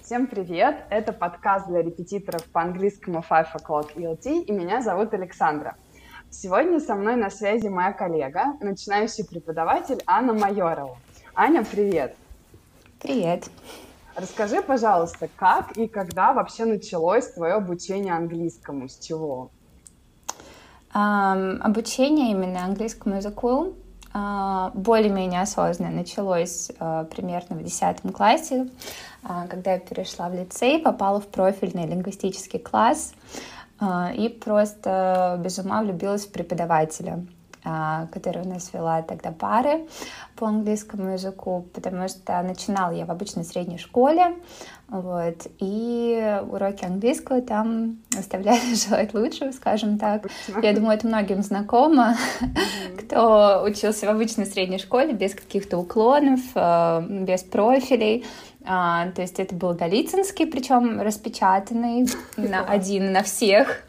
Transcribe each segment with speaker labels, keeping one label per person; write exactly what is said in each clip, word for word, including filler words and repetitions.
Speaker 1: Всем привет! Это подкаст для репетиторов по английскому Five O'Clock и эл ти, и меня зовут Александра. Сегодня со мной на связи моя коллега, начинающий преподаватель Анна Майорова. Аня, привет!
Speaker 2: Привет!
Speaker 1: Расскажи, пожалуйста, как и когда вообще началось твое обучение английскому, с чего?
Speaker 2: Um, обучение именно английскому языку uh, более-менее осознанно началось uh, примерно в десятом классе, uh, когда я перешла в лицей, попала в профильный лингвистический класс uh, и просто без ума влюбилась в преподавателя, uh, который у нас вела тогда пары по английскому языку, потому что начинала я в обычной средней школе, вот, и уроки английского там оставляли желать лучшего, скажем так. Я думаю, это многим знакомо, mm-hmm. кто учился в обычной средней школе без каких-то уклонов, без профилей. То есть это был Голицынский, причем распечатанный на один на всех.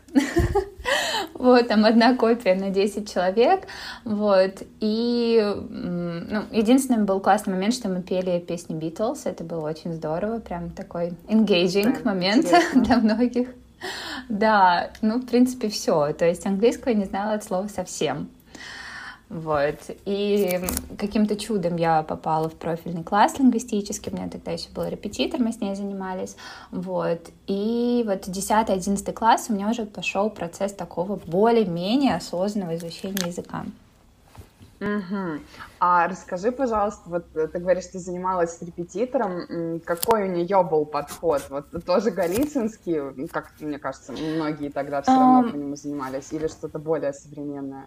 Speaker 2: Вот, там одна копия на десять человек, вот, и, ну, единственным был классный момент, что мы пели песни Beatles, это было очень здорово, прям такой engaging да, момент интересно. Для многих, да, ну, в принципе, все, то есть английского я не знала от слова совсем. Вот, и каким-то чудом я попала в профильный класс лингвистический, у меня тогда еще был репетитор, мы с ней занимались, вот, и вот десятый-одиннадцатый класс у меня уже пошел процесс такого более-менее осознанного изучения языка.
Speaker 1: Угу. А расскажи, пожалуйста, вот ты говоришь, ты занималась с репетитором, какой у нее был подход? Вот тоже Голицынский, как мне кажется, многие тогда все равно um... по нему занимались, или что-то более современное?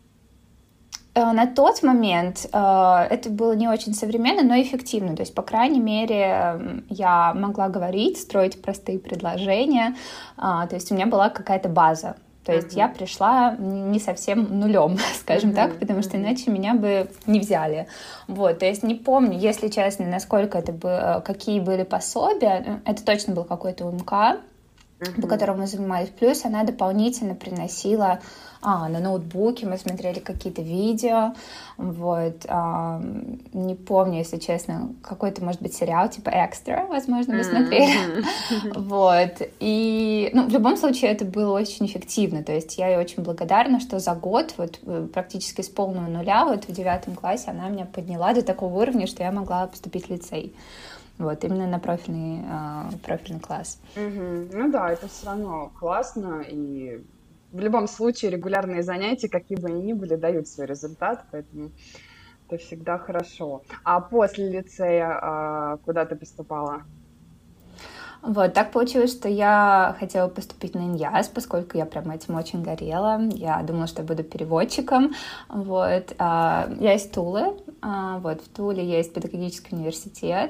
Speaker 2: На тот момент э, это было не очень современно, но эффективно. То есть, по крайней мере, я могла говорить, строить простые предложения. Э, то есть, у меня была какая-то база. То есть, uh-huh. я пришла не совсем нулем, скажем uh-huh. так, потому что иначе меня бы не взяли. Вот, то есть, не помню, если честно, насколько это было, какие были пособия. Это точно был какой-то УМК, uh-huh. по которому мы занимались. Плюс она дополнительно приносила... А, на ноутбуке мы смотрели какие-то видео, вот, а, не помню, если честно, какой-то, может быть, сериал типа «Экстра», возможно, вы смотрели, mm-hmm. вот, и, ну, в любом случае это было очень эффективно, то есть я ей очень благодарна, что за год, вот, практически с полного нуля, вот, в девятом классе она меня подняла до такого уровня, что я могла поступить в лицей. Вот, именно на профильный, э, профильный класс.
Speaker 1: Mm-hmm. Ну да, это все равно классно, и в любом случае регулярные занятия, какие бы они ни были, дают свой результат, поэтому это всегда хорошо. А после лицея э, куда ты поступала?
Speaker 2: Вот, так получилось, что я хотела поступить на ИНЯС, поскольку я прям этим очень горела. Я думала, что я буду переводчиком. Вот. Я из Тулы. Вот. В Туле есть педагогический университет,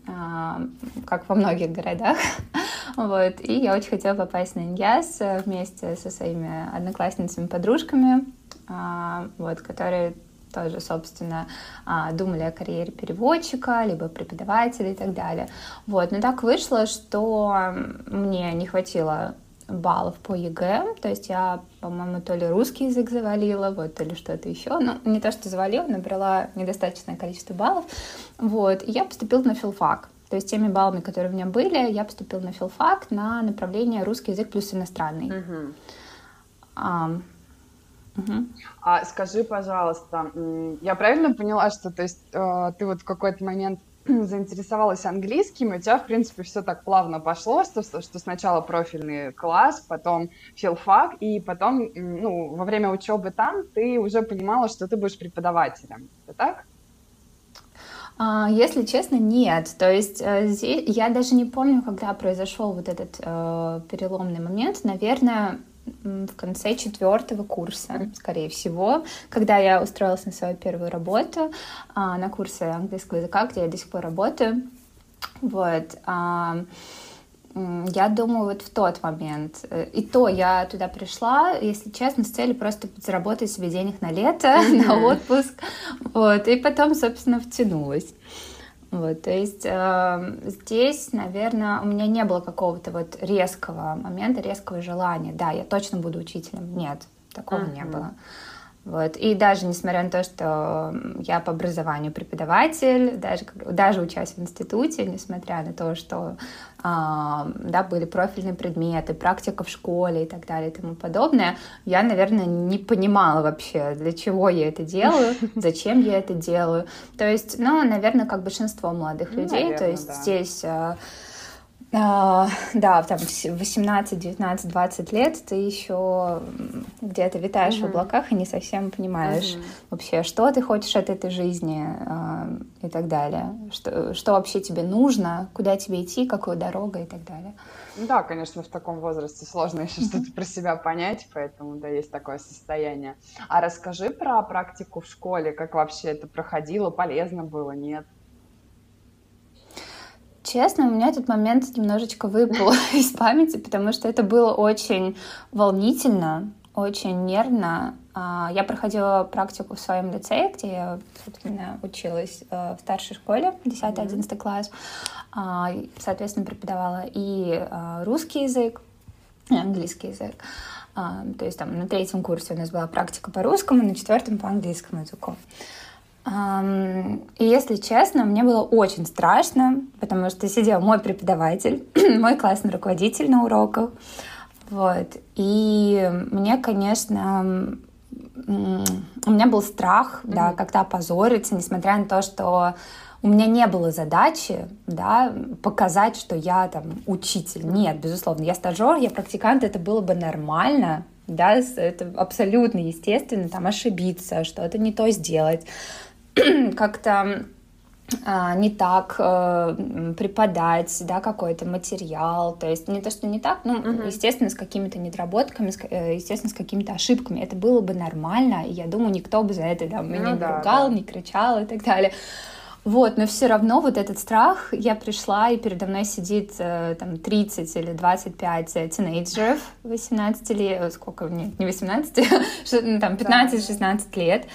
Speaker 2: как во многих городах. Вот. И я очень хотела попасть на ИНЯС вместе со своими одноклассницами, подружками, вот, которые тоже, собственно, думали о карьере переводчика, либо преподавателя и так далее. Вот. Но так вышло, что мне не хватило баллов по ЕГЭ, то есть я, по-моему, то ли русский язык завалила, вот, то ли что-то еще, ну, не то, что завалила, набрала недостаточное количество баллов, вот, и я поступила на филфак. То есть теми баллами, которые у меня были, я поступила на филфак на направление русский язык плюс иностранный.
Speaker 1: Uh-huh.
Speaker 2: Um,
Speaker 1: Uh-huh. А скажи, пожалуйста, я правильно поняла, что то есть, э, ты вот в какой-то момент заинтересовалась английским, и у тебя, в принципе, все так плавно пошло, что, что сначала профильный класс, потом филфак, и потом, ну, во время учебы там ты уже понимала, что ты будешь преподавателем. Это так?
Speaker 2: Если честно, нет. То есть здесь, я даже не помню, когда произошел вот этот э, переломный момент. Наверное, в конце четвертого курса, скорее всего, когда я устроилась на свою первую работу, а, на курсы английского языка, где я до сих пор работаю. Вот. А, я думаю, вот в тот момент. И то я туда пришла, если честно, с целью просто заработать себе денег на лето, mm-hmm. на отпуск. Вот. И потом, собственно, втянулась. Вот, то есть э, здесь, наверное, у меня не было какого-то вот резкого момента, резкого желания. Да, я точно буду учителем. Нет, такого uh-huh. не было. Вот. И даже несмотря на то, что я по образованию преподаватель, даже, даже учась в институте, несмотря на то, что а, да, были профильные предметы, практика в школе и так далее и тому подобное, я, наверное, не понимала вообще, для чего я это делаю, зачем я это делаю. То есть, ну, наверное, как большинство молодых людей, наверное, то есть да. здесь... Uh, да, там восемнадцать, девятнадцать, двадцать лет ты еще где-то витаешь uh-huh. в облаках и не совсем понимаешь uh-huh. вообще, что ты хочешь от этой жизни uh, и так далее, что, что вообще тебе нужно, куда тебе идти, какой дорогой и так далее.
Speaker 1: Да, конечно, в таком возрасте сложно еще uh-huh. что-то про себя понять, поэтому, да, есть такое состояние. А расскажи про практику в школе, как вообще это проходило, полезно было, нет?
Speaker 2: Честно, у меня этот момент немножечко выпал из памяти, потому что это было очень волнительно, очень нервно. Я проходила практику в своем лицее, где я, собственно, училась в старшей школе, десятый-одиннадцатый класс. Соответственно, преподавала и русский язык, и английский язык. То есть там на третьем курсе у нас была практика по русскому, на четвертом по английскому языку. И, если честно, мне было очень страшно, потому что сидел мой преподаватель, мой классный руководитель на уроках. Вот. И мне, конечно, у меня был страх, mm-hmm. да, как-то опозориться, несмотря на то, что у меня не было задачи, да, показать, что я там учитель. Нет, безусловно, я стажер, я практикант, это было бы нормально, да, это абсолютно естественно, там ошибиться, что-то не то сделать. Как-то а, не так а, преподать, да, какой-то материал, то есть не то, что не так, ну, uh-huh. естественно, с какими-то недоработками, с, естественно, с какими-то ошибками, это было бы нормально, и я думаю, никто бы за это да, меня ну, не да, ругал, да. не кричал и так далее. Вот, но все равно вот этот страх, я пришла, и передо мной сидит там тридцать или двадцать пять тинейджеров, восемнадцать лет, сколько, нет, не восемнадцать, там пятнадцать-шестнадцать лет,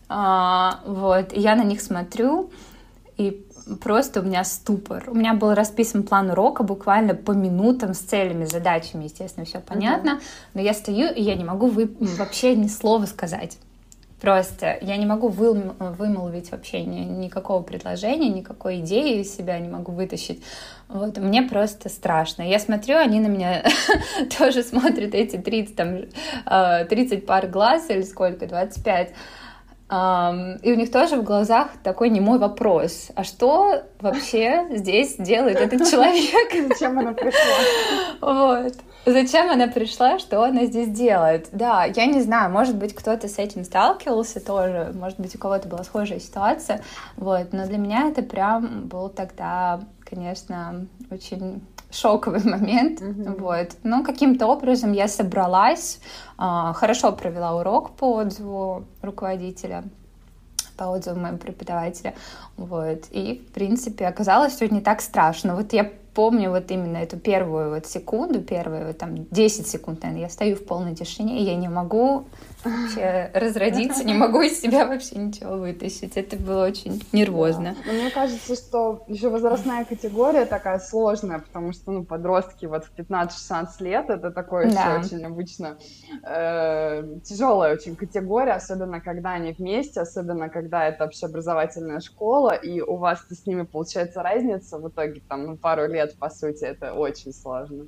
Speaker 2: а, вот, и я на них смотрю, и просто у меня ступор. У меня был расписан план урока буквально по минутам с целями, задачами, естественно, все понятно, uh-huh. но я стою, и я не могу вы... вообще ни слова сказать. Просто я не могу вы... вымолвить вообще ни... никакого предложения, никакой идеи из себя не могу вытащить. Вот, мне просто страшно. Я смотрю, они на меня тоже смотрят, эти тридцать, там, тридцать пар глаз или сколько, двадцать пять. Um, и у них тоже в глазах такой немой вопрос. А что вообще здесь делает этот человек?
Speaker 1: Зачем она пришла?
Speaker 2: Вот. Зачем она пришла, что она здесь делает? Да, я не знаю, может быть, кто-то с этим сталкивался тоже, может быть, у кого-то была схожая ситуация, вот, но для меня это прям был тогда, конечно, очень шоковый момент, mm-hmm. вот. Но каким-то образом я собралась, хорошо провела урок по отзыву руководителя, по отзыву моего преподавателя, вот. И, в принципе, оказалось, что не так страшно. Вот я помню вот именно эту первую вот секунду, первые вот там десять секунд, наверное, я стою в полной тишине, и я не могу вообще разродиться, не могу из себя вообще ничего вытащить. Это было очень нервозно.
Speaker 1: Да. Мне кажется, что еще возрастная категория такая сложная, потому что, ну, подростки вот в пятнадцать-шестнадцать лет, это такое да. еще очень обычно э, тяжелая очень категория, особенно когда они вместе, особенно когда это общеобразовательная школа, и у вас-то с ними получается разница в итоге там, ну, пару лет, по сути, это очень сложно.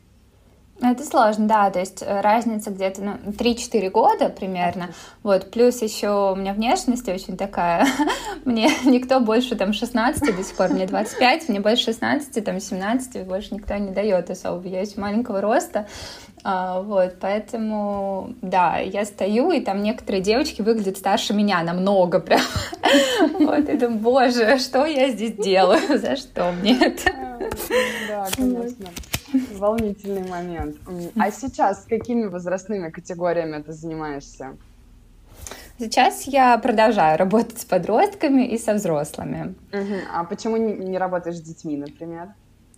Speaker 2: Это сложно, да, то есть разница где-то ну, три-четыре года примерно, вот, плюс еще у меня внешность очень такая, мне никто больше там шестнадцати до сих пор, мне двадцать пять, мне больше шестнадцати, там семнадцати больше никто не дает особо, я очень маленького роста, а, вот, поэтому, да, я стою, и там некоторые девочки выглядят старше меня намного прям, вот, и думаю, боже, что я здесь делаю, за что мне это?
Speaker 1: Да, конечно. Волнительный момент. А сейчас с какими возрастными категориями ты занимаешься?
Speaker 2: Сейчас я продолжаю работать с подростками и со взрослыми.
Speaker 1: Угу. А почему не работаешь с детьми, например?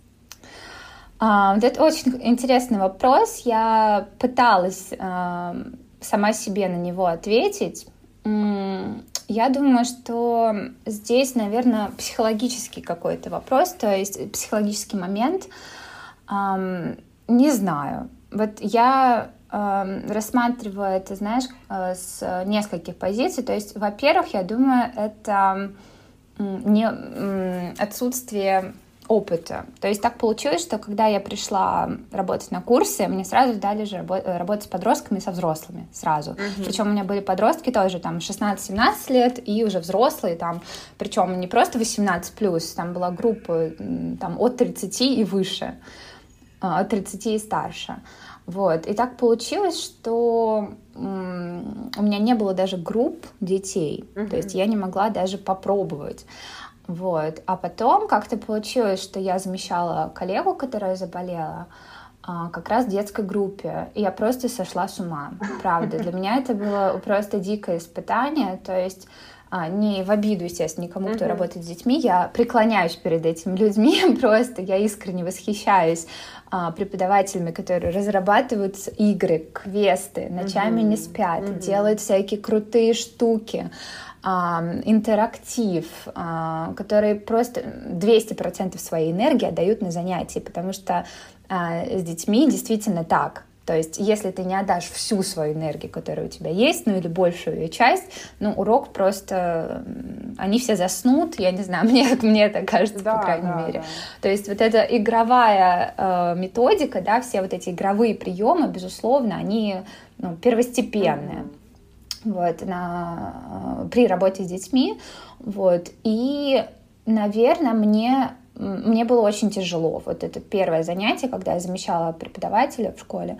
Speaker 2: А, вот это очень интересный вопрос. Я пыталась а, сама себе на него ответить. Я думаю, что здесь, наверное, психологический какой-то вопрос, то есть психологический момент. Um, не знаю. Вот я э, рассматриваю это, знаешь, э, с нескольких позиций. То есть, во-первых, я думаю, это не э, отсутствие опыта. То есть так получилось, что когда я пришла работать на курсы, мне сразу дали же рабо- работать с подростками и со взрослыми сразу. Uh-huh. Причем у меня были подростки тоже там шестнадцать-семнадцать лет и уже взрослые там, причем не просто восемнадцать плюс, там была группа там, от тридцати и выше, от тридцати и старше. Вот. И так получилось, что м- у меня не было даже групп детей, uh-huh. то есть я не могла даже попробовать. Вот. А потом как-то получилось, что я замещала коллегу, которая заболела, как раз в детской группе. И я просто сошла с ума. Правда. Для меня это было просто дикое испытание. То есть не в обиду, естественно, никому, кто mm-hmm. работает с детьми. Я преклоняюсь перед этими людьми. Просто я искренне восхищаюсь преподавателями, которые разрабатывают игры, квесты, ночами mm-hmm. не спят, mm-hmm. делают всякие крутые штуки. Интерактив, которые просто двести процентов своей энергии отдают на занятия, потому что с детьми действительно так. То есть, если ты не отдашь всю свою энергию, которая у тебя есть, ну или большую ее часть, ну, урок просто... Они все заснут, я не знаю, мне, мне это кажется, да, по крайней да, мере. Да. То есть, вот эта игровая э, методика, да, все вот эти игровые приемы, безусловно, они ну, первостепенные. Mm-hmm. Вот, на, при работе с детьми, вот, и, наверное, мне, мне было очень тяжело, вот это первое занятие, когда я замещала преподавателя в школе,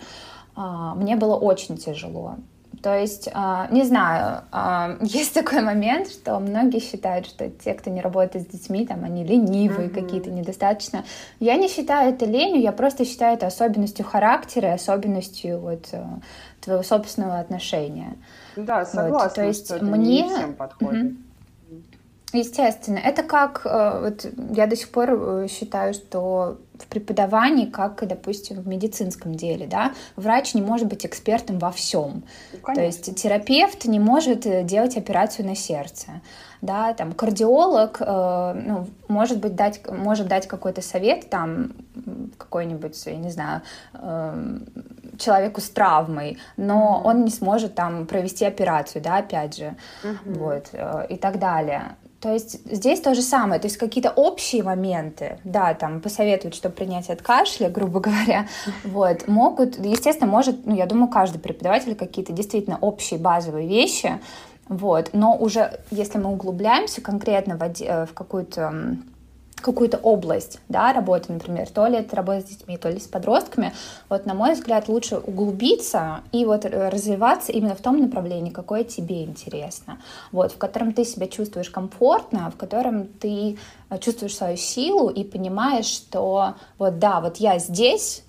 Speaker 2: мне было очень тяжело, то есть, не знаю, есть такой момент, что многие считают, что те, кто не работает с детьми, там, они ленивые, mm-hmm. какие-то недостаточно, я не считаю это ленью, я просто считаю это особенностью характера, особенностью вот твоего собственного отношения.
Speaker 1: Да, согласна, вот,
Speaker 2: то есть
Speaker 1: что это
Speaker 2: мне...
Speaker 1: не всем подходит.
Speaker 2: Угу. Естественно. Это как... Вот я до сих пор считаю, что в преподавании, как, допустим, в медицинском деле, да, врач не может быть экспертом во всем. Ну, то есть терапевт не может делать операцию на сердце. Да, там, кардиолог э, ну, может быть, дать, может дать какой-то совет там, какой-нибудь, я не знаю, э, человеку с травмой, но mm-hmm. он не сможет там провести операцию, да, опять же, mm-hmm. вот, э, и так далее. То есть здесь то же самое, то есть какие-то общие моменты, да, там посоветуют, что принять от кашля, грубо говоря, вот, могут, естественно, может, ну, я думаю, каждый преподаватель какие-то действительно общие базовые вещи, вот, но уже если мы углубляемся конкретно в, в какую-то какую-то область, да, работы, например, то ли это работа с детьми, то ли с подростками, вот, на мой взгляд, лучше углубиться и вот развиваться именно в том направлении, какое тебе интересно, вот, в котором ты себя чувствуешь комфортно, в котором ты чувствуешь свою силу и понимаешь, что вот, да, вот я здесь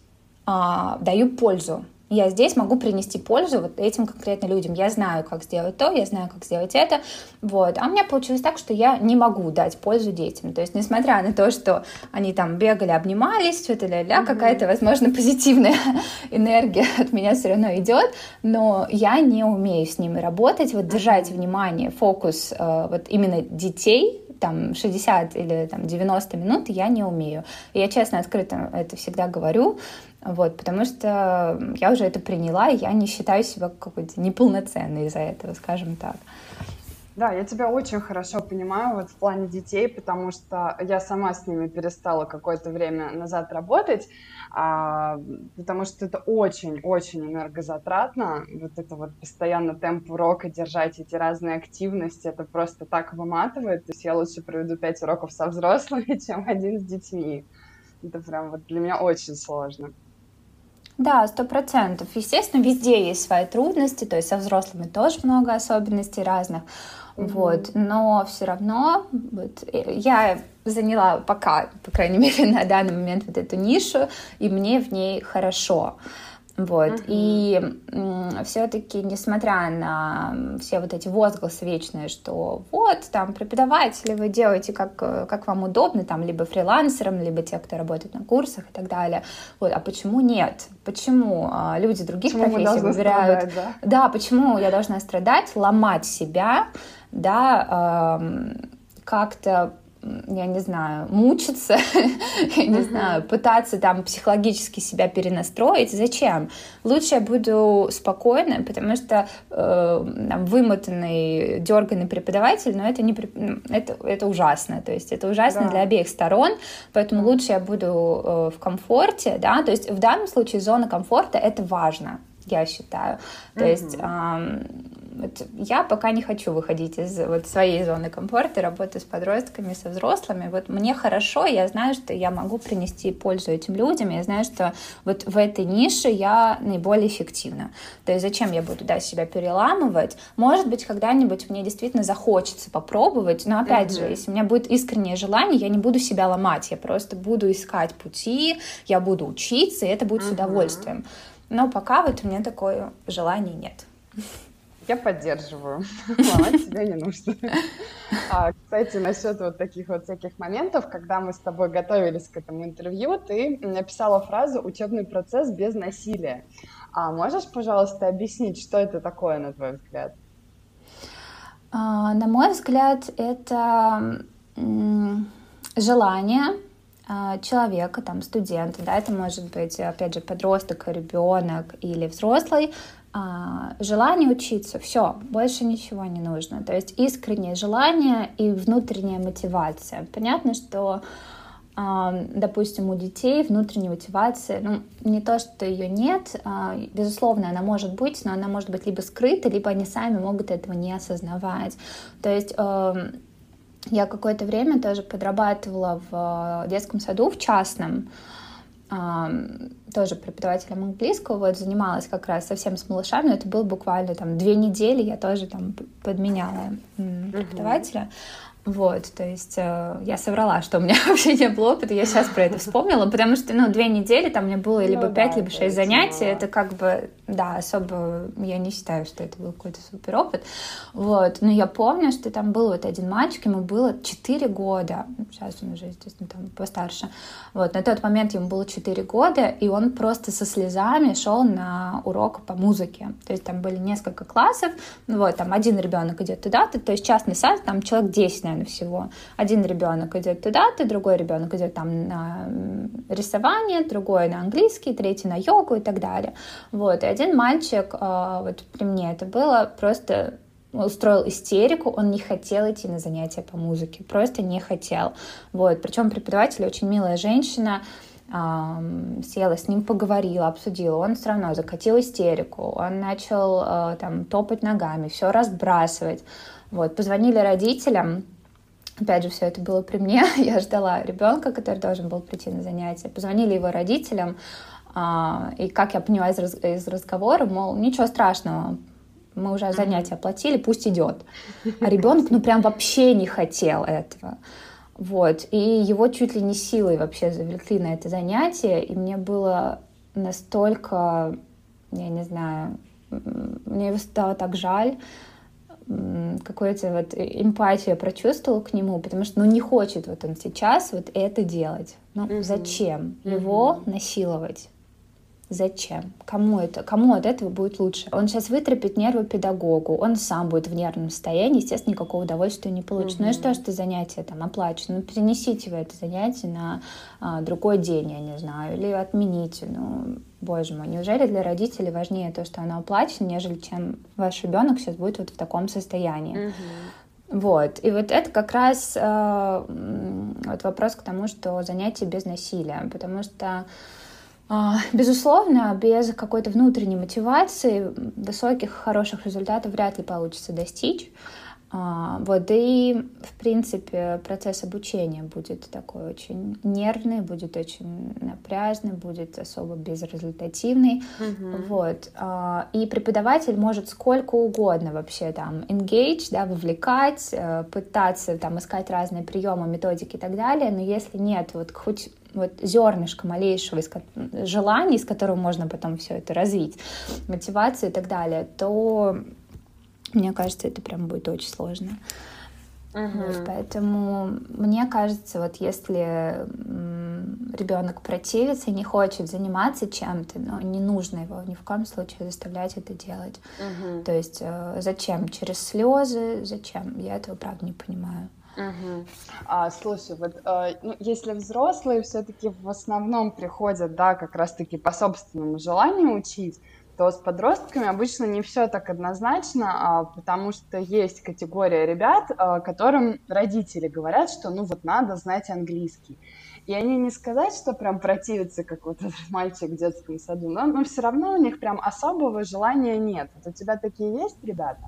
Speaker 2: а, даю пользу, я здесь могу принести пользу вот этим конкретно людям. Я знаю, как сделать то, я знаю, как сделать это. Вот. А у меня получилось так, что я не могу дать пользу детям. То есть, несмотря на то, что они там бегали, обнимались, что-то ля-ля, mm-hmm. какая-то, возможно, позитивная энергия от меня все равно идет, но я не умею с ними работать, вот держать внимание, фокус э, вот именно детей, там шестьдесят или там, девяносто минут я не умею. И я честно, открыто это всегда говорю, вот, потому что я уже это приняла, и я не считаю себя какой-то неполноценной из-за этого, скажем так.
Speaker 1: Да, я тебя очень хорошо понимаю вот в плане детей, потому что я сама с ними перестала какое-то время назад работать, а, потому что это очень-очень энергозатратно, вот это вот постоянно темп урока держать, эти разные активности, это просто так выматывает, то есть я лучше проведу пять уроков со взрослыми, чем один с детьми. Это прям вот для меня очень сложно.
Speaker 2: Да, сто процентов. Естественно, везде есть свои трудности, то есть со взрослыми тоже много особенностей разных, mm-hmm. вот, но все равно вот, я заняла пока, по крайней мере, на данный момент вот эту нишу, и мне в ней хорошо. Вот. Uh-huh. И м, все-таки, несмотря на все вот эти возгласы вечные, что вот, там, преподаватели, вы делаете как, как вам удобно, там, либо фрилансерам, либо те, кто работает на курсах и так далее. Вот. А почему нет? Почему а, люди других почему профессий выбирают... Да? да, почему я должна страдать, ломать себя, да, э, как-то я не знаю, мучиться, я не знаю, пытаться там психологически себя перенастроить. Зачем? Лучше я буду спокойной, потому что э, там, вымотанный, дерганный преподаватель, но это, не, это, это ужасно. То есть это ужасно да. для обеих сторон, поэтому да. лучше я буду э, в комфорте, да, то есть в данном случае зона комфорта — это важно, я считаю. То mm-hmm. есть э, вот я пока не хочу выходить из вот своей зоны комфорта, работать с подростками, со взрослыми. Вот мне хорошо, я знаю, что я могу принести пользу этим людям, я знаю, что вот в этой нише я наиболее эффективна. То есть зачем я буду, да, себя переламывать? Может быть, когда-нибудь мне действительно захочется попробовать, но опять mm-hmm. же, если у меня будет искреннее желание, я не буду себя ломать, я просто буду искать пути, я буду учиться, и это будет mm-hmm. с удовольствием. Но пока вот у меня такое желания нет.
Speaker 1: Я поддерживаю. Ломать себя не нужно. А, кстати, насчет вот таких вот всяких моментов, когда мы с тобой готовились к этому интервью, ты написала фразу «учебный процесс без насилия». А можешь, пожалуйста, объяснить, что это такое, на твой взгляд?
Speaker 2: А, на мой взгляд, это м- желание человека, там, студента, да, это может быть, опять же, подросток, ребенок или взрослый, желание учиться, все, больше ничего не нужно. То есть искреннее желание и внутренняя мотивация. Понятно, что, допустим, у детей внутренняя мотивация, ну, не то, что ее нет, безусловно, она может быть, но она может быть либо скрыта, либо они сами могут этого не осознавать. То есть я какое-то время тоже подрабатывала в детском саду, в частном, тоже преподавателем английского, вот, занималась как раз совсем с малышами, но это было буквально там две недели, я тоже там подменяла преподавателя. Uh-huh. Вот, то есть э, я соврала, что у меня вообще не было опыта, я сейчас про это вспомнила, потому что, ну, две недели, там у меня было либо ну, пять, да, либо шесть занятий, это как бы, да, особо, я не считаю, что это был какой-то супер опыт, вот, но я помню, что там был вот один мальчик, ему было четыре года, сейчас он уже, естественно, там постарше, вот, на тот момент ему было четыре года, и он просто со слезами шел на урок по музыке, то есть там были несколько классов, вот, там один ребенок идет туда-то, то есть частный сад, там человек десять, наверное, всего. Один ребенок идет туда-то, другой ребенок идет там на рисование, другой на английский, третий на йогу и так далее. Вот. И один мальчик, вот при мне это было, просто устроил истерику, он не хотел идти на занятия по музыке, просто не хотел. Вот. Причем преподаватель очень милая женщина, села с ним, поговорила, обсудила, он все равно закатил истерику, он начал там топать ногами, все разбрасывать. Вот. Позвонили родителям. Опять же, все это было при мне. Я ждала ребенка, который должен был прийти на занятия. Позвонили его родителям, и, как я поняла из, раз... из разговора, мол, ничего страшного, мы уже занятия оплатили, пусть идет. А ребенок, ну, прям вообще не хотел этого. Вот. И его чуть ли не силой вообще завлекли на это занятие, и мне было настолько, я не знаю, мне его стало так жаль, какую-то вот эмпатию я прочувствовала к нему, потому что, ну, не хочет вот он сейчас вот это делать. Ну, угу. Зачем его угу. насиловать? Зачем? Кому это? Кому от этого будет лучше? Он сейчас вытрепет нервы педагогу, он сам будет в нервном состоянии, естественно, никакого удовольствия не получит. Угу. Ну и что, что занятие там оплачено? Ну, перенесите вы это занятие на а, другой день, я не знаю, или отмените. Ну, боже мой, неужели для родителей важнее то, что оно оплачено, нежели чем ваш ребенок сейчас будет вот в таком состоянии? Угу. Вот. И вот это как раз э, вот вопрос к тому, что занятие без насилия, потому что безусловно, без какой-то внутренней мотивации высоких, хороших результатов вряд ли получится достичь. Вот, и, в принципе, процесс обучения будет такой очень нервный, будет очень напряжный, будет особо безрезультативный. Mm-hmm. Вот. И преподаватель может сколько угодно вообще там engage, да, вовлекать, пытаться там искать разные приемы, методики и так далее, но если нет вот хоть вот зернышко малейшего из желаний, из которого можно потом все это развить, мотивацию и так далее, то, мне кажется, это прям будет очень сложно. Uh-huh. Вот, поэтому мне кажется, вот если ребенок противится и не хочет заниматься чем-то, но не нужно его ни в коем случае заставлять это делать. Uh-huh. То есть зачем? Через слезы? Зачем? Я этого, правда, не понимаю.
Speaker 1: Мгм. А, слушай, вот э, ну, если взрослые все-таки в основном приходят, да, как раз-таки по собственному желанию учить, то с подростками обычно не все так однозначно, а, потому что есть категория ребят, а, которым родители говорят, что ну вот надо знать английский. И они не сказать, что прям противятся, как вот этот мальчик в детском саду, но, но все равно у них прям особого желания нет. Вот у тебя такие есть ребята?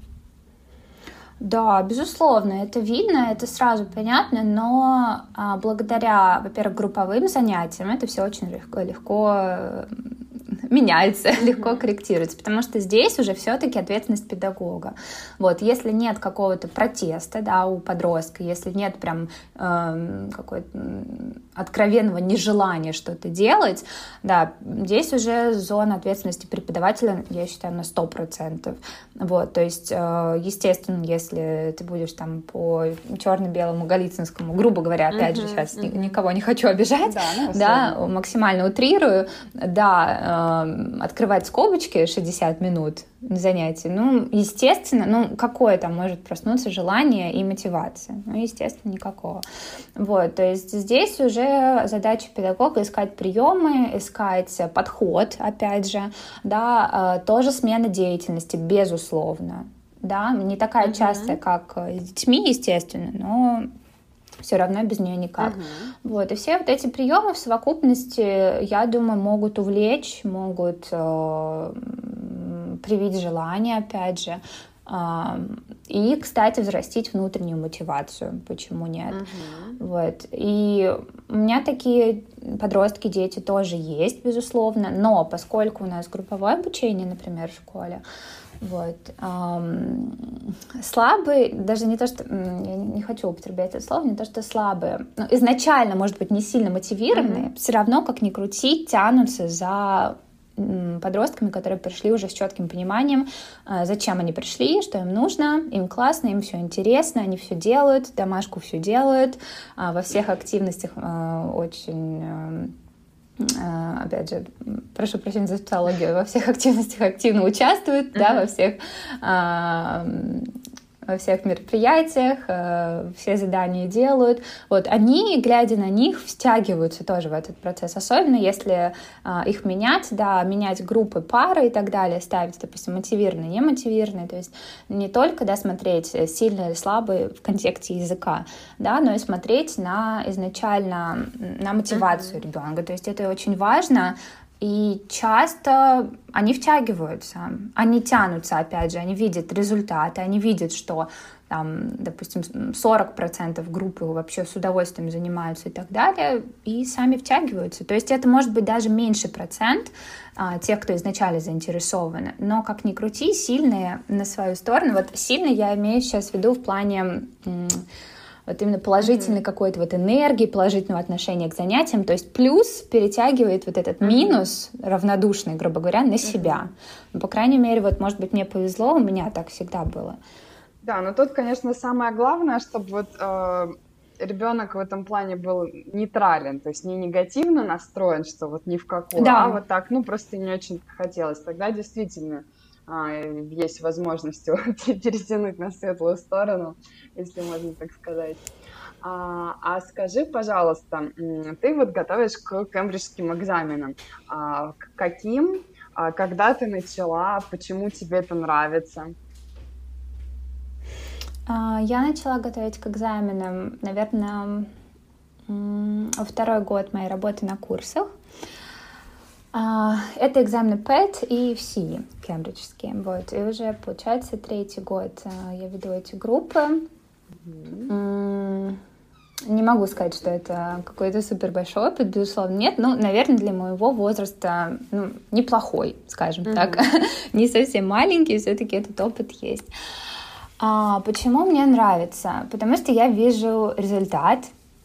Speaker 2: Да, безусловно, это видно, это сразу понятно, но а, благодаря, во-первых, групповым занятиям это все очень легко, легко э, меняется,
Speaker 1: Мгм.
Speaker 2: легко корректируется, потому что здесь уже все-таки ответственность педагога. Вот, если нет какого-то протеста, да, у подростка, если нет прям э, какой-то м, откровенного нежелания что-то делать, да, здесь уже зона ответственности преподавателя, я считаю, на сто процентов. Вот, то есть, э, естественно, если ты будешь там по черно-белому Голицынскому, грубо говоря, опять же,
Speaker 1: Мгм,
Speaker 2: сейчас ни-
Speaker 1: мгм.
Speaker 2: никого не хочу обижать,
Speaker 1: Да, ну,
Speaker 2: да,
Speaker 1: условно.
Speaker 2: максимально утрирую, да, э, открывать скобочки шестьдесят минут на занятии, ну, естественно, ну, какое там может проснуться желание и мотивация? Ну, естественно, никакого. Вот, то есть здесь уже задача педагога искать приемы, искать подход, опять же, да, э, тоже смена деятельности, безусловно, да, не такая частая,
Speaker 1: Мгм.
Speaker 2: как с детьми, естественно, но все равно без нее никак.
Speaker 1: Мгм.
Speaker 2: Вот. И все вот эти приемы в совокупности, я думаю, могут увлечь, могут э, привить желание, опять же. А, и, кстати, взрастить внутреннюю мотивацию. Почему нет?
Speaker 1: Мгм.
Speaker 2: Вот. И у меня такие подростки, дети тоже есть, безусловно. Но поскольку у нас групповое обучение, например, в школе, вот. Эм, слабые, даже не то, что... Я не хочу употреблять это слово, не то, что слабые. Но изначально, может быть, не сильно мотивированные,
Speaker 1: Мгм.
Speaker 2: все равно, как ни крути, тянутся за подростками, которые пришли уже с четким пониманием, зачем они пришли, что им нужно, им классно, им все интересно, они все делают, домашку все делают, во всех активностях очень... опять же, прошу прощения за тавтологию, во всех активностях активно участвуют, да, во всех, во всех мероприятиях, все задания делают. Вот они, глядя на них, втягиваются тоже в этот процесс, особенно если их менять, да, менять группы, пары и так далее, ставить, допустим, мотивированные, немотивированные, то есть не только, да, смотреть сильные или слабые в контексте языка, да, но и смотреть на изначально на мотивацию
Speaker 1: Мгм.
Speaker 2: ребенка, то есть это очень важно. И часто они втягиваются, они тянутся, опять же, они видят результаты, они видят, что там, допустим, сорок процентов группы вообще с удовольствием занимаются и так далее, и сами втягиваются. То есть это может быть даже меньше процент а, тех, кто изначально заинтересован. Но, как ни крути, сильные на свою сторону. Вот сильные я имею сейчас в виду в плане... М- вот именно положительной
Speaker 1: Мгм.
Speaker 2: какой-то вот энергии, положительного отношения к занятиям. То есть плюс перетягивает вот этот
Speaker 1: Мгм.
Speaker 2: минус равнодушный, грубо говоря, на себя.
Speaker 1: Мгм.
Speaker 2: Ну, по крайней мере, вот, может быть, мне повезло, у меня так всегда было.
Speaker 1: Да, но тут, конечно, самое главное, чтобы вот э, ребенок в этом плане был нейтрален, то есть не негативно настроен, что вот ни в какую, а
Speaker 2: Да,
Speaker 1: вот так, ну просто не очень хотелось. Тогда действительно а, есть возможность его перетянуть на светлую сторону, если можно так сказать. А, а скажи, пожалуйста, м, ты вот готовишь к кембриджским экзаменам. А, к каким? А, когда ты начала? Почему тебе это нравится?
Speaker 2: а, я начала готовить к экзаменам, наверное, м, второй год моей работы на курсах. А, Это экзамены пэт и эф си кембриджские. Вот. И уже, получается, третий год а, я веду эти группы.
Speaker 1: Мгм.
Speaker 2: М, Не могу сказать, что это какой-то супер большой опыт, безусловно, нет. Ну, наверное, для моего возраста ну, неплохой, скажем так.
Speaker 1: Мгм.
Speaker 2: Не совсем маленький, все-таки этот опыт есть. А почему мне нравится? Потому что я вижу результат,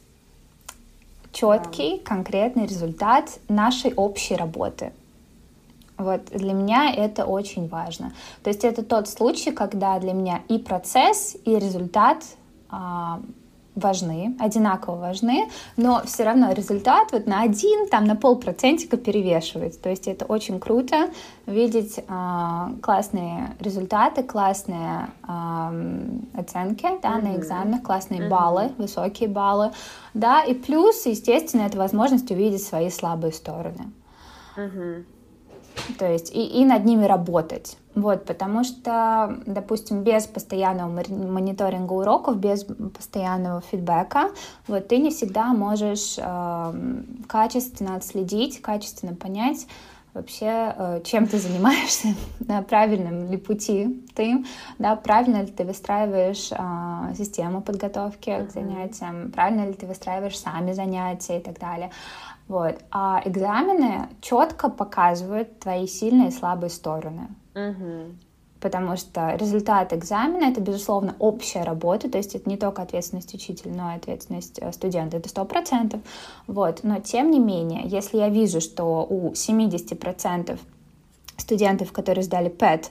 Speaker 1: Да.
Speaker 2: четкий, конкретный результат нашей общей работы. Вот для меня это очень важно. То есть это тот случай, когда для меня и процесс, и результат а, важны, одинаково важны, но все равно результат вот на один, там, на полпроцентика перевешивает. То есть это очень круто видеть э, классные результаты, классные э, оценки, да, mm-hmm. на экзаменах, классные mm-hmm. баллы, высокие баллы, да, и плюс, естественно, это возможность увидеть свои слабые стороны. Mm-hmm. То есть и, и над ними работать. Вот, потому что, допустим, без постоянного мониторинга уроков, без постоянного фидбэка, вот, ты не всегда можешь э, качественно отследить, качественно понять вообще, э, чем ты занимаешься, на правильном ли пути ты, да, правильно ли ты выстраиваешь э, систему подготовки к занятиям, правильно ли ты выстраиваешь сами занятия и так далее. Вот. А экзамены четко показывают твои сильные и слабые стороны. Uh-huh. Потому что результат экзамена — это, безусловно, общая работа, то есть это не только ответственность учителя, но и ответственность студента, это сто процентов. Вот. Но, тем не менее, если я вижу, что у семьдесят процентов студентов, которые сдали пэт,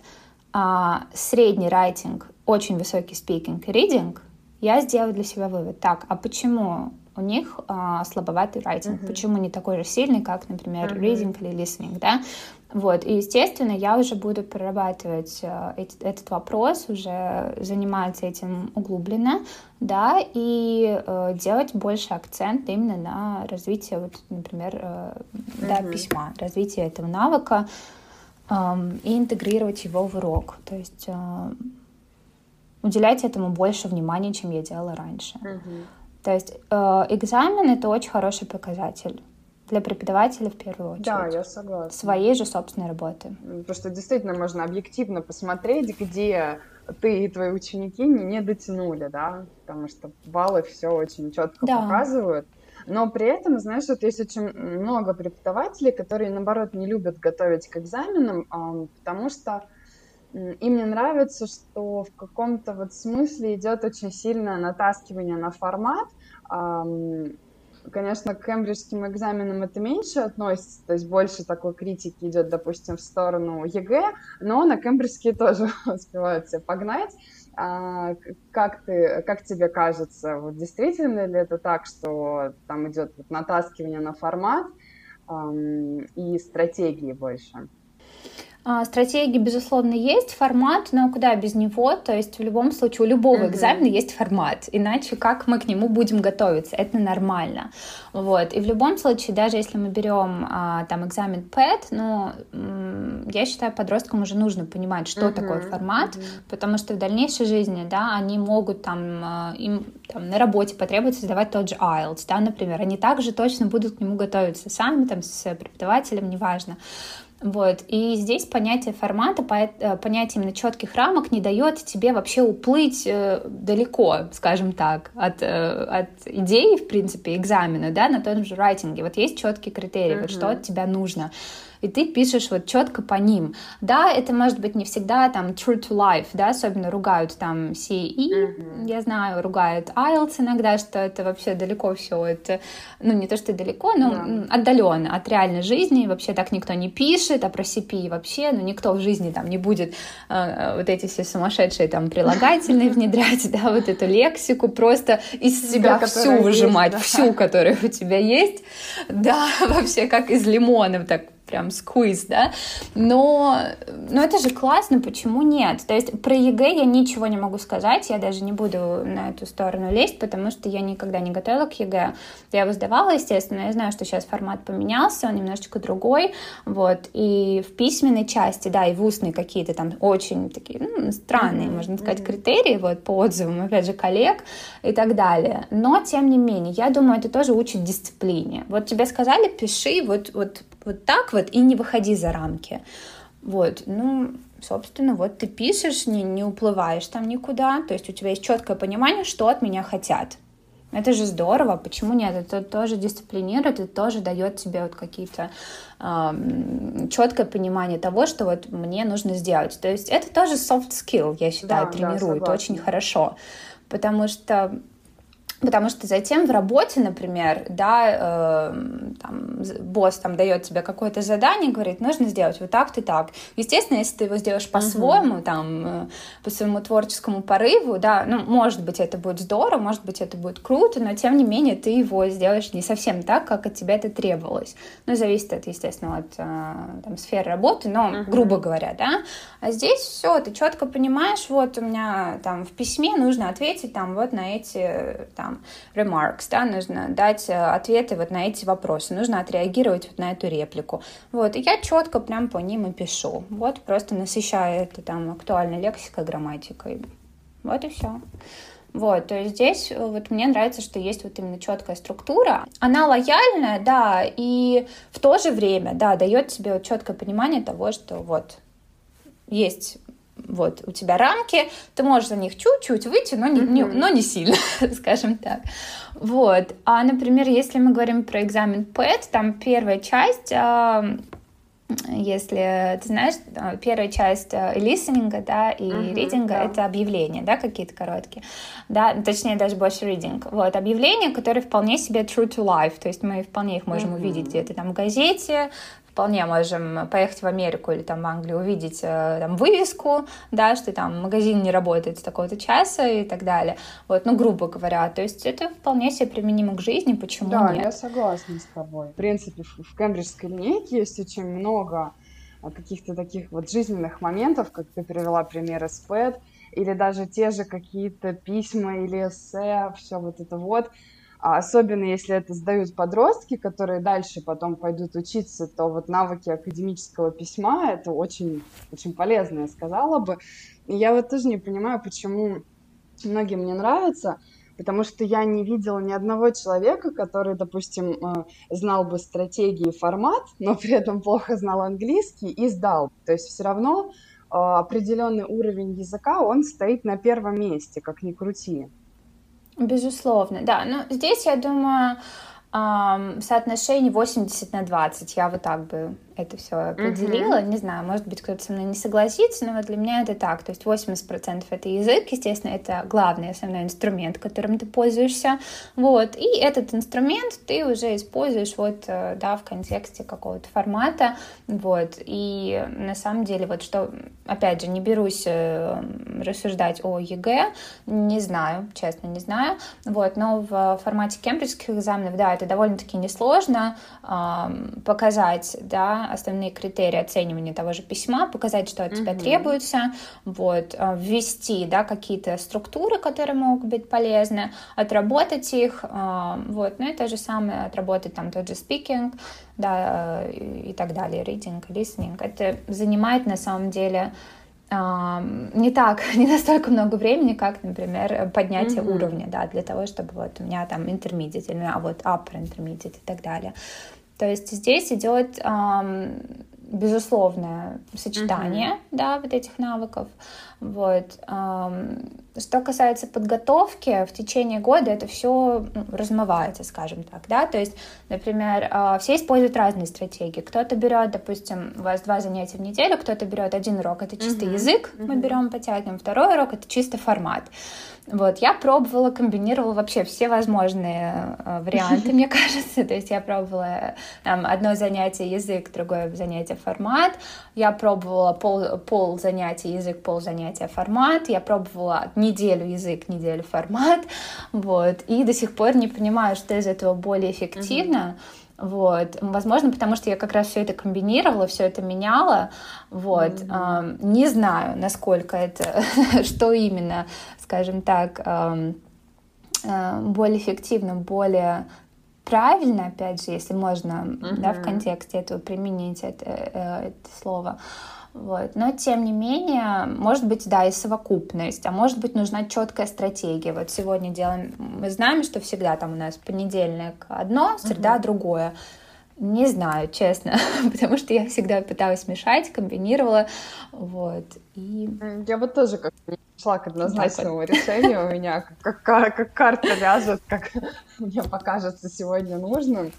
Speaker 2: средний райтинг, очень высокий спикинг и ридинг, я сделаю для себя вывод. Так, а почему у них а, слабоватый райтинг? Uh-huh. Почему не такой же сильный, как, например, uh-huh. reading или listening, да? Вот, и, естественно, я уже буду прорабатывать а, эти, этот вопрос, уже заниматься этим углубленно, да, и а, делать больше акцент именно на развитие, вот, например, а, uh-huh. да, письма, развитие этого навыка а, и интегрировать его в урок. То есть а, уделять этому больше внимания, чем я делала раньше. Uh-huh. То есть э, экзамен — это очень хороший показатель для преподавателя в первую очередь.
Speaker 1: Да, я согласна.
Speaker 2: Своей же собственной работы.
Speaker 1: Потому что действительно можно объективно посмотреть, где ты и твои ученики не, не дотянули, да, потому что баллы все очень четко да. показывают. Но при этом, знаешь, вот есть очень много преподавателей, которые, наоборот, не любят готовить к экзаменам, э, потому что им не нравится, что в каком-то вот смысле идет очень сильное натаскивание на формат. Конечно, к кембриджским экзаменам это меньше относится, то есть больше такой критики идет, допустим, в сторону ЕГЭ, но на кембриджские тоже успевают себя погнать. Как ты, как тебе кажется, вот действительно ли это так, что там идет вот натаскивание на формат и стратегии больше?
Speaker 2: Стратегии, безусловно, есть, формат, но куда без него, то есть в любом случае у любого uh-huh. экзамена есть формат, иначе как мы к нему будем готовиться, это нормально, вот, и в любом случае, даже если мы берем а, там экзамен пэт, ну, м- я считаю, подросткам уже нужно понимать, что uh-huh. такое формат, uh-huh. потому что в дальнейшей жизни, да, они могут там, им там, на работе потребуется сдавать тот же айлтс, да, например, они также точно будут к нему готовиться сами, там, с преподавателем, неважно. Вот. И здесь понятие формата, понятие именно четких рамок не дает тебе вообще уплыть далеко, скажем так, от, от идеи, в принципе, экзамена, да, на том же райтинге. Вот есть четкие критерии, uh-huh. вот что от тебя нужно. И ты пишешь вот четко по ним. Да, это может быть не всегда там true to life, да, особенно ругают там си и, uh-huh. я знаю, ругают айлтс иногда, что это вообще далеко все, это, ну, не то, что далеко, но yeah. отдаленно от реальной жизни, вообще так никто не пишет, а про си пи вообще, ну, никто в жизни там не будет э, вот эти все сумасшедшие там прилагательные внедрять, да, вот эту лексику, просто из себя всю выжимать, всю, которая у тебя есть, да, вообще как из лимонов, так прям сквиз, да, но, но это же классно, почему нет? То есть про ЕГЭ я ничего не могу сказать, я даже не буду на эту сторону лезть, потому что я никогда не готовила к ЕГЭ. Я его сдавала, естественно, я знаю, что сейчас формат поменялся, он немножечко другой, вот, и в письменной части, да, и в устной какие-то там очень такие, ну, странные, mm-hmm. можно сказать, критерии, вот, по отзывам, опять же, коллег и так далее, но, тем не менее, я думаю, это тоже учит дисциплине. Вот тебе сказали, пиши вот, вот вот так вот и не выходи за рамки. Вот, ну, собственно, вот ты пишешь, не, не уплываешь там никуда, то есть у тебя есть четкое понимание, что от меня хотят. Это же здорово, почему нет? Это тоже дисциплинирует, это тоже дает тебе вот какие-то э, четкое понимание того, что вот мне нужно сделать. То есть это тоже soft skill, я считаю, да, тренирует, да, очень хорошо, потому что Потому что затем в работе, например, да, э, там, босс там дает тебе какое-то задание, говорит, нужно сделать вот так-то и так. Естественно, если ты его сделаешь по-своему, uh-huh. там, э, по своему творческому порыву, да, ну, может быть, это будет здорово, может быть, это будет круто, но, тем не менее, ты его сделаешь не совсем так, как от тебя это требовалось. Ну, зависит это, естественно, от э, там, сферы работы, но, uh-huh. грубо говоря, да. А здесь все, ты четко понимаешь, вот у меня там в письме нужно ответить там вот на эти там remarks, да, нужно дать ответы вот на эти вопросы, нужно отреагировать вот на эту реплику. Вот, и я четко прям по ним и пишу. Вот, просто насыщаю это там актуальной лексикой, грамматикой. Вот и все. Вот, то есть здесь вот мне нравится, что есть вот именно четкая структура. Она лояльная, да, и в то же время, да, дает тебе вот четкое понимание того, что вот есть вот у тебя рамки, ты можешь за них чуть-чуть выйти, но не, mm-hmm. не, но не сильно, скажем так. Вот. А, например, если мы говорим про экзамен пэт, там первая часть, если ты знаешь, первая часть листенинга, да, и uh-huh, ридинга да. это объявления, да, какие-то короткие, да, точнее даже больше ридинг. Вот, объявления, которые вполне себе true to life, то есть мы вполне их можем uh-huh. увидеть где-то там в газете, вполне можем поехать в Америку или там в Англию, увидеть там вывеску, да, что там магазин не работает с такого-то часа и так далее. Вот, ну, грубо говоря, то есть это вполне себе применимо к жизни, почему
Speaker 1: да,
Speaker 2: нет?
Speaker 1: Да, я согласна с тобой. В принципе, в кембриджской линейке есть очень много каких-то таких вот жизненных моментов, как ты привела пример из пэт, или даже те же какие-то письма или эссе, все вот это вот. А особенно если это сдают подростки, которые дальше потом пойдут учиться, то вот навыки академического письма — это очень, очень полезно, я сказала бы. И я вот тоже не понимаю, почему многим не нравится, потому что я не видела ни одного человека, который, допустим, знал бы стратегии и формат, но при этом плохо знал английский и сдал. То есть все равно определенный уровень языка, он стоит на первом месте, как ни крути.
Speaker 2: Безусловно, да. Но здесь, я думаю, эм, соотношение восемьдесят на двадцать. Я вот так бы это все определила. Uh-huh. Не знаю, может быть, кто-то со мной не согласится, но вот для меня это так. То есть восемьдесят процентов это язык, естественно, это главный основной инструмент, которым ты пользуешься. Вот. И этот инструмент ты уже используешь вот, да, в контексте какого-то формата. Вот. И на самом деле, вот что, опять же, не берусь рассуждать о ЕГЭ, не знаю, честно, не знаю. Вот. Но в формате кембриджских экзаменов, да, это довольно-таки несложно э, показать, да, основные критерии оценивания того же письма, показать, что от тебя uh-huh. требуется, вот, ввести, да, какие-то структуры, которые могут быть полезны, отработать их, вот, ну и то же самое, отработать там тот же speaking, да, и так далее, reading, listening. Это занимает на самом деле не так, не настолько много времени, как, например, поднятие uh-huh. уровня, да, для того, чтобы вот у меня там intermediate, а вот upper intermediate и так далее. То есть здесь идет эм, безусловное сочетание, uh-huh. да, вот этих навыков. Вот. Эм, что касается подготовки, в течение года это все ну, размывается, скажем так, да. То есть, например, э, все используют разные стратегии. Кто-то берет, допустим, у вас два занятия в неделю, кто-то берет один урок, это чисто uh-huh. язык, uh-huh. мы берем, потянем, второй урок это чисто формат. Вот, я пробовала, комбинировала вообще все возможные э, варианты, мне кажется. То есть я пробовала там, одно занятие язык, другое занятие формат. Я пробовала пол, пол занятия язык, пол занятия формат. Я пробовала неделю язык, неделю формат. Вот, и до сих пор не понимаю, что из этого более эффективно. Mm-hmm. Вот, возможно, потому что я как раз все это комбинировала, все это меняла, вот, mm-hmm. э, не знаю, насколько это, что именно, скажем так, э, э, более эффективно, более правильно, опять же, если можно, mm-hmm. да, в контексте этого применить это, э, это слово. Вот. Но, тем не менее, может быть, да, и совокупность, а может быть, нужна четкая стратегия. Вот сегодня делаем, мы знаем, что всегда там у нас понедельник одно, среда uh-huh. другое. Не знаю, честно, потому что я всегда пыталась мешать, комбинировала, вот. И...
Speaker 1: Я вот тоже как-то не пришла к однозначному вот. решению, у меня как, как, как карта вяжет, как мне покажется сегодня нужным.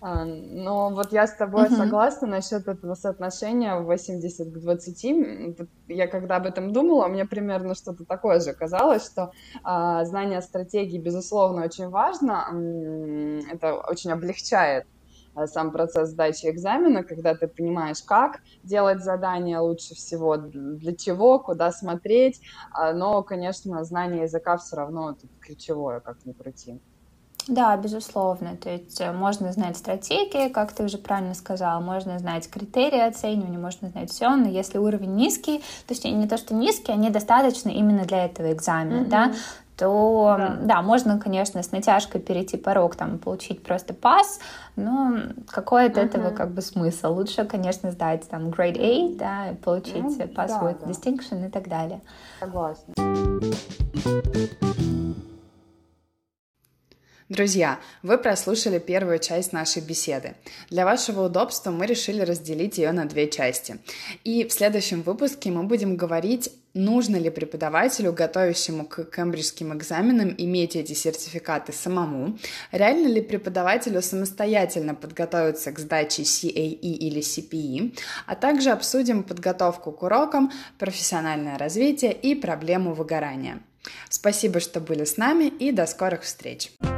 Speaker 1: А, но вот я с тобой
Speaker 2: Мгм.
Speaker 1: согласна насчет этого соотношения восемьдесят к двадцати. М, вот я когда об этом думала, мне примерно что-то такое же казалось, что а, знание стратегии, безусловно, очень важно. М, Это очень облегчает а, сам процесс сдачи экзамена, когда ты понимаешь, как делать задание лучше всего, д- для чего, куда смотреть. А, Но, конечно, знание языка все равно тут ключевое, как ни крути.
Speaker 2: Да, безусловно. То есть э, можно знать стратегии, как ты уже правильно сказала, можно знать критерии оценивания, можно знать все, но если уровень низкий, то есть не то, что низкий, они достаточно именно для этого экзамена, да,
Speaker 1: Мгм.
Speaker 2: то
Speaker 1: Да.
Speaker 2: да, можно, конечно, с натяжкой перейти порог, там, получить просто пас, но какой от этого
Speaker 1: Мгм.
Speaker 2: как бы смысл? Лучше, конечно, сдать там grade A,
Speaker 1: М,
Speaker 2: да, и получить
Speaker 1: Ну,
Speaker 2: pass
Speaker 1: да,
Speaker 2: with
Speaker 1: да,
Speaker 2: distinction и так далее.
Speaker 1: согласна.
Speaker 3: Друзья, вы прослушали первую часть нашей беседы. Для вашего удобства мы решили разделить ее на две части. И в следующем выпуске мы будем говорить, нужно ли преподавателю, готовящему к кембриджским экзаменам, иметь эти сертификаты самому, реально ли преподавателю самостоятельно подготовиться к сдаче си эй и или си пи и, а также обсудим подготовку к урокам, профессиональное развитие и проблему выгорания. Спасибо, что были с нами, и до скорых встреч!